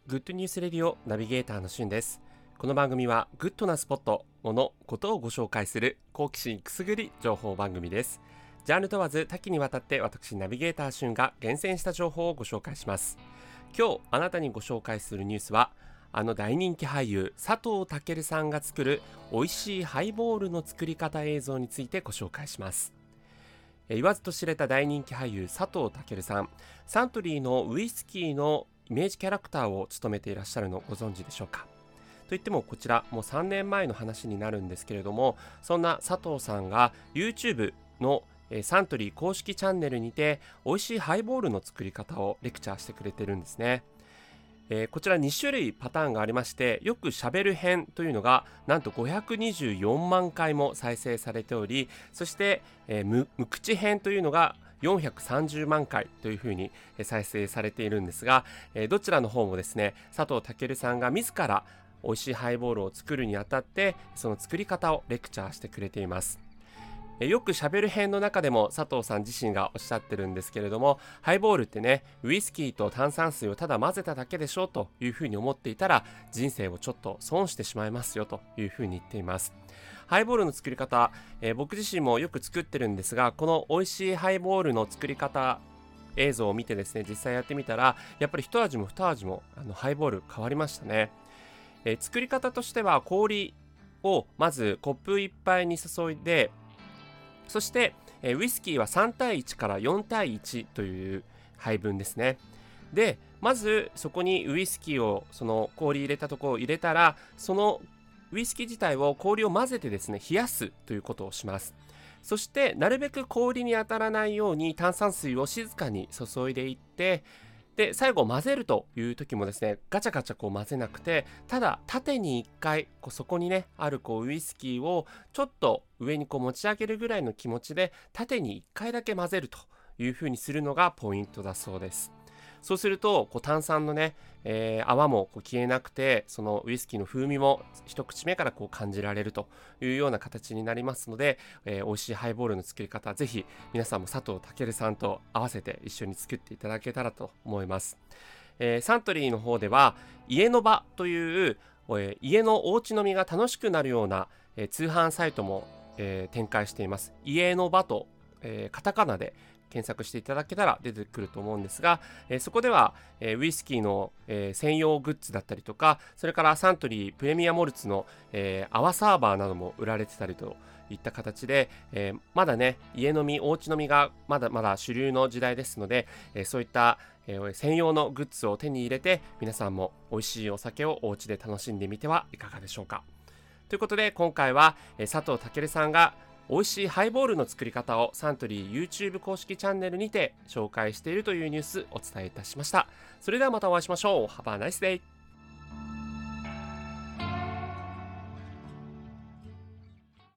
グッドニュースレディオナビゲーターのしゅんです。この番組はグッドなスポット、ことをご紹介する好奇心くすぐり情報番組です。ジャンル問わず多岐にわたって私ナビゲーターしゅんが厳選した情報をご紹介します。今日あなたにご紹介するニュースは、あの大人気俳優佐藤健さんが作る美味しいハイボールの作り方映像についてご紹介します。言わずと知れた大人気俳優佐藤健さん、サントリーのウイスキーのイメージキャラクターを務めていらっしゃるのをご存知でしょうか。といってもこちらもう3年前の話になるんですけれども、そんな佐藤さんが YouTube のサントリー公式チャンネルにて美味しいハイボールの作り方をレクチャーしてくれてるんですね。こちら2種類パターンがありまして、よくしゃべる編というのがなんと524万回も再生されており、そして、無口編というのが430万回というふうに再生されているんですが、どちらの方もですね、佐藤健さんが自ら美味しいハイボールを作るにあたってその作り方をレクチャーしてくれています。よくしゃべる編の中でも佐藤さん自身がおっしゃってるんですけれども、ハイボールってね、ウイスキーと炭酸水をただ混ぜただけでしょというふうに思っていたら、人生をちょっと損してしまいますよというふうに言っています。ハイボールの作り方、僕自身もよく作ってるんですが、この美味しいハイボールの作り方映像を見てですね、実際やってみたらやっぱり一味も二味もハイボール変わりましたね。作り方としては、氷をまずコップ1杯に注いで、そして、ウイスキーは3対1から4対1という配分ですね。で、まずそこにウイスキーを、その氷入れたところを入れたら、そのウイスキー自体を氷を混ぜてですね、冷やすということをします。そしてなるべく氷に当たらないように炭酸水を静かに注いでいって、で最後混ぜるという時もですね、ガチャガチャ混ぜなくて、ただ縦に1回そこにねあるウイスキーをちょっと上に持ち上げるぐらいの気持ちで縦に1回だけ混ぜるという風にするのがポイントだそうです。そうすると炭酸のね、泡も消えなくて、そのウイスキーの風味も一口目から感じられるというような形になりますので、美味しいハイボールの作り方、ぜひ皆さんも佐藤健さんと合わせて一緒に作っていただけたらと思います。サントリーの方では家の場という、家のおうち飲みが楽しくなるような、通販サイトも、展開しています。家の場と、カタカナで検索していただけたら出てくると思うんですが、そこでは、ウイスキーの、専用グッズだったりとか、それからサントリープレミアモルツの、泡サーバーなども売られてたりといった形で、まだね家飲みおうち飲みがまだまだ主流の時代ですので、そういった、専用のグッズを手に入れて、皆さんも美味しいお酒をお家で楽しんでみてはいかがでしょうか。ということで今回は、佐藤健さんが美味しいハイボールの作り方をサントリー YouTube 公式チャンネルにて紹介しているというニュースをお伝えいたしました。それではまたお会いしましょう。Have a nice day!